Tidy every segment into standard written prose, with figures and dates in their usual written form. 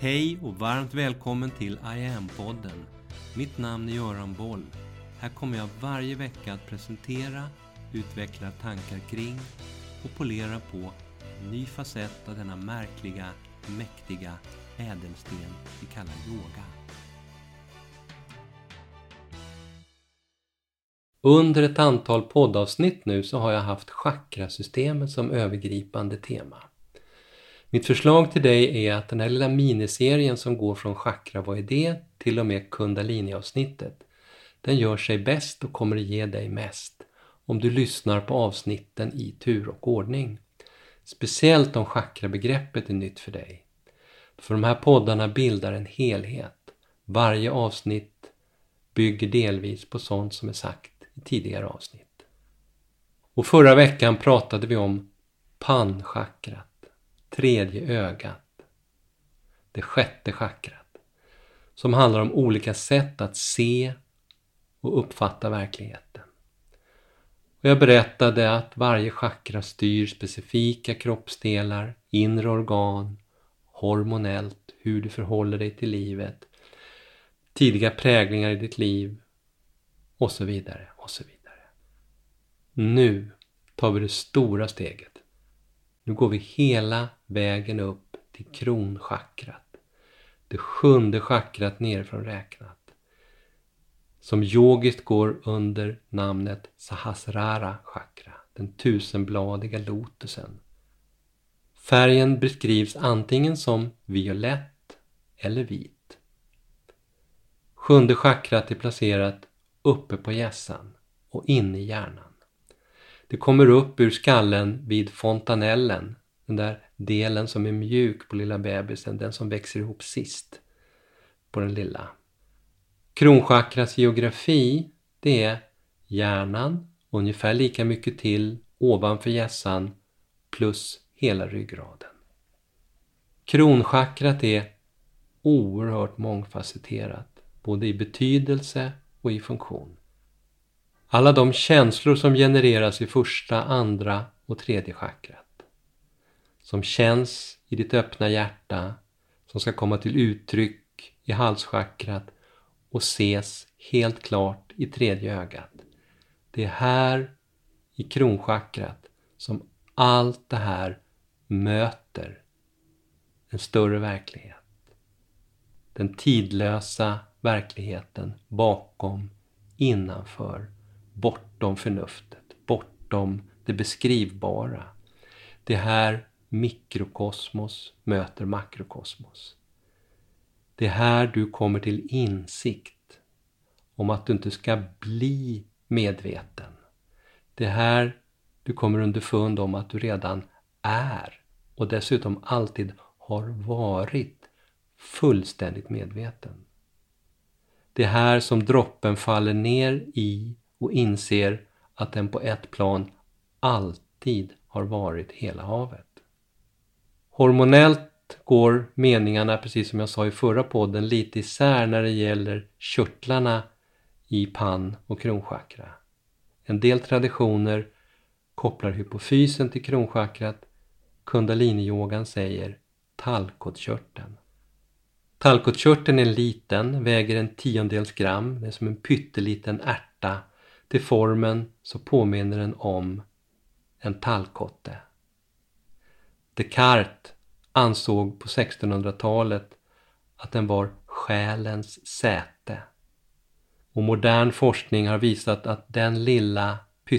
Hej och varmt välkommen till I Am-podden. Mitt namn är Göran Boll. Här kommer jag varje vecka att presentera, utveckla tankar kring och polera på en ny facett av denna märkliga, mäktiga ädelsten vi kallar yoga. Under ett antal poddavsnitt nu så har jag haft chakrasystemet som övergripande tema. Mitt förslag till dig är att den här lilla miniserien som går från chakra, vad är det, till och med kundalini-avsnittet, den gör sig bäst och kommer att ge dig mest om du lyssnar på avsnitten i tur och ordning. Speciellt om chakrabegreppet är nytt för dig. För de här poddarna bildar en helhet. Varje avsnitt bygger delvis på sånt som är sagt i tidigare avsnitt. Och förra veckan pratade vi om pannchakrat. Tredje ögat, det sjätte chakrat, som handlar om olika sätt att se och uppfatta verkligheten. Och jag berättade att varje chakra styr specifika kroppsdelar, inre organ, hormonellt, hur du förhåller dig till livet, tidiga präglingar i ditt liv och så vidare och så vidare. Nu tar vi det stora steget. Nu går vi hela vägen upp till kronchakrat. Det sjunde chakrat nerifrån räknat. Som yogiskt går under namnet Sahasrara chakra. Den tusenbladiga lotusen. Färgen beskrivs antingen som violett eller vit. Sjunde chakrat är placerat uppe på hjässan och inne i hjärnan. Det kommer upp ur skallen vid fontanellen, den där delen som är mjuk på lilla bebisen, den som växer ihop sist på den lilla. Kronchakras geografi, det är hjärnan, ungefär lika mycket till ovanför hjässan plus hela ryggraden. Kronchakrat är oerhört mångfacetterat, både i betydelse och i funktion. Alla de känslor som genereras i första, andra och tredje chakrat. Som känns i ditt öppna hjärta, som ska komma till uttryck i halschakrat och ses helt klart i tredje ögat. Det är här i kronchakrat som allt det här möter en större verklighet. Den tidlösa verkligheten bakom, innanför, bortom förnuftet, bortom det beskrivbara. Det här mikrokosmos möter makrokosmos. Det här du kommer till insikt om att du inte ska bli medveten. Det här du kommer underfund om att du redan är och dessutom alltid har varit fullständigt medveten. Det här som droppen faller ner i och inser att den på ett plan alltid har varit hela havet. Hormonellt går meningarna, precis som jag sa i förra podden, lite isär när det gäller körtlarna i pann- och kronchakra. En del traditioner kopplar hypofysen till kronchakrat. Kundalini-yogan säger tallkottkörteln. Tallkottkörteln är liten, väger 1/10 gram, det är som en pytteliten ärta. Till formen så påminner den om en tallkotte. Descartes ansåg på 1600-talet att den var själens säte. Och modern forskning har visat att den lilla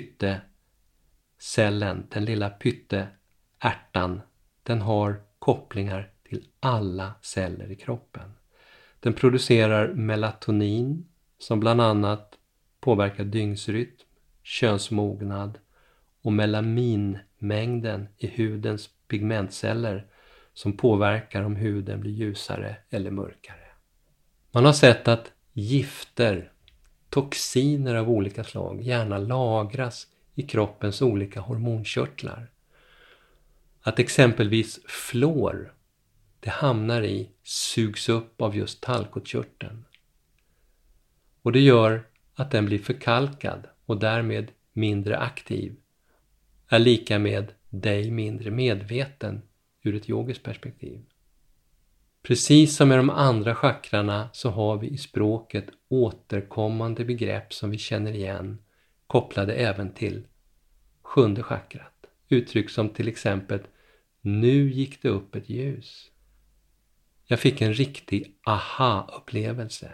pyttecellen, den lilla pytteärtan, den har kopplingar till alla celler i kroppen. Den producerar melatonin som bland annat påverkar dygnsrytm, könsmognad och melaninmängden i hudens pigmentceller som påverkar om huden blir ljusare eller mörkare. Man har sett att gifter, toxiner av olika slag gärna lagras i kroppens olika hormonkörtlar. Att exempelvis fluor, det hamnar i, sugs upp av just tallkottkörteln. Och det gör att den blir förkalkad och därmed mindre aktiv, är lika med dig mindre medveten ur ett yogiskt perspektiv. Precis som med de andra chakrarna så har vi i språket återkommande begrepp som vi känner igen kopplade även till 7:e chakrat. Uttryck som till exempel nu gick det upp ett ljus. Jag fick en riktig aha-upplevelse.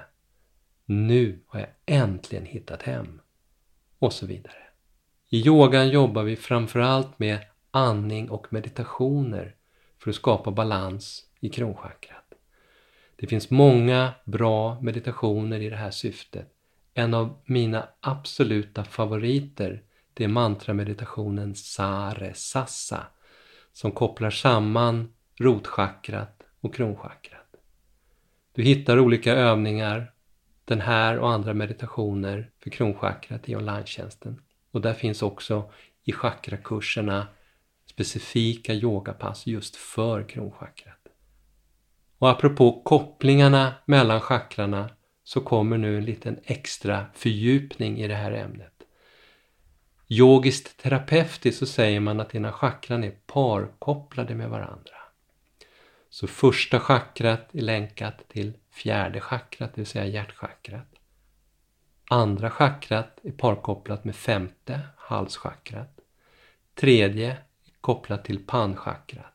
Nu har jag äntligen hittat hem. Och så vidare. I yogan jobbar vi framförallt med andning och meditationer för att skapa balans i kronchakrat. Det finns många bra meditationer i det här syftet. En av mina absoluta favoriter det är mantrameditationen Sare Sassa som kopplar samman rotchakrat och kronchakrat. Du hittar olika övningar, den här och andra meditationer för kronchakrat i online-tjänsten. Och där finns också i chakrakurserna specifika yogapass just för kronchakrat. Och apropå kopplingarna mellan chakrarna så kommer nu en liten extra fördjupning i det här ämnet. Yogiskt terapeutiskt så säger man att dina chakran är parkopplade med varandra. Så första chakrat är länkat till fjärde chakrat, det vill säga hjärtchakrat. Andra chakrat är parkopplat med femte halschakrat. Tredje är kopplat till pannchakrat.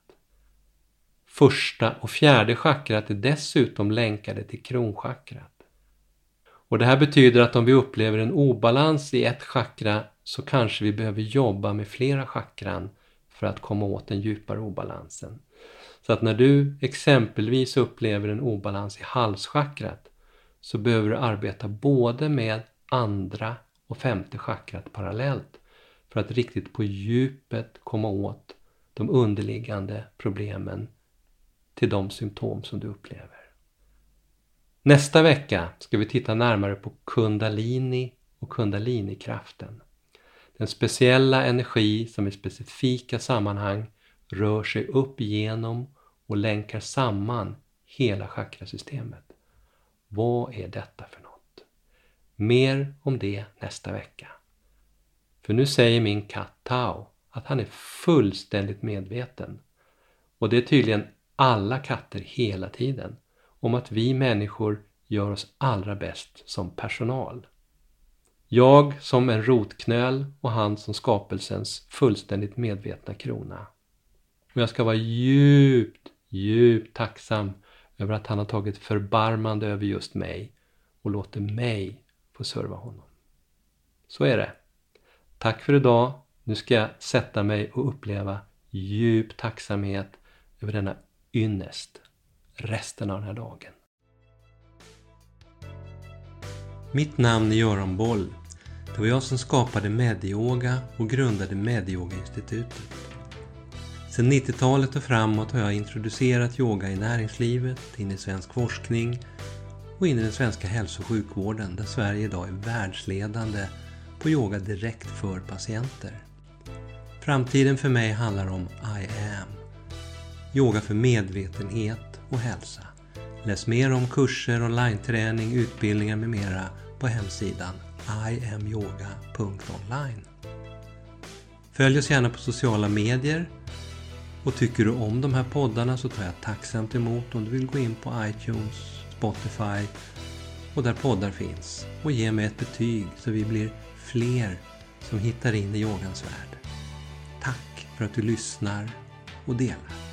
Första och fjärde chakrat är dessutom länkade till kronchakrat. Och det här betyder att om vi upplever en obalans i ett chakra så kanske vi behöver jobba med flera chakran för att komma åt den djupare obalansen. Så att när du exempelvis upplever en obalans i halschakrat så behöver du arbeta både med andra och femte chakrat parallellt för att riktigt på djupet komma åt de underliggande problemen till de symptom som du upplever. Nästa vecka ska vi titta närmare på kundalini och kundalinikraften. Den speciella energi som i specifika sammanhang rör sig upp igenom och länkar samman hela chakrasystemet. Vad är detta för något? Mer om det nästa vecka. För nu säger min katt Tao att han är fullständigt medveten. Och det är tydligen alla katter hela tiden. Om att vi människor gör oss allra bäst som personal. Jag som en rotknöl och han som skapelsens fullständigt medvetna krona. Och jag ska vara djupt tacksam över att han har tagit förbarmande över just mig och låter mig få serva honom. Så är det. Tack för idag. Nu ska jag sätta mig och uppleva djup tacksamhet över denna ynnest resten av den här dagen. Mitt namn är Göran Boll. Det var jag som skapade Medyoga och grundade Medyoga-institutet. Sedan 90-talet och framåt har jag introducerat yoga i näringslivet, in i svensk forskning och in i den svenska hälso- och sjukvården där Sverige idag är världsledande på yoga direkt för patienter. Framtiden för mig handlar om I am. Yoga för medvetenhet och hälsa. Läs mer om kurser, online-träning, utbildningar med mera på hemsidan iamyoga.online. Följ oss gärna på sociala medier och tycker du om de här poddarna så tar jag tacksamt emot om du vill gå in på iTunes, Spotify och där poddar finns och ge mig ett betyg så vi blir fler som hittar in i yogans värld. Tack för att du lyssnar och delar.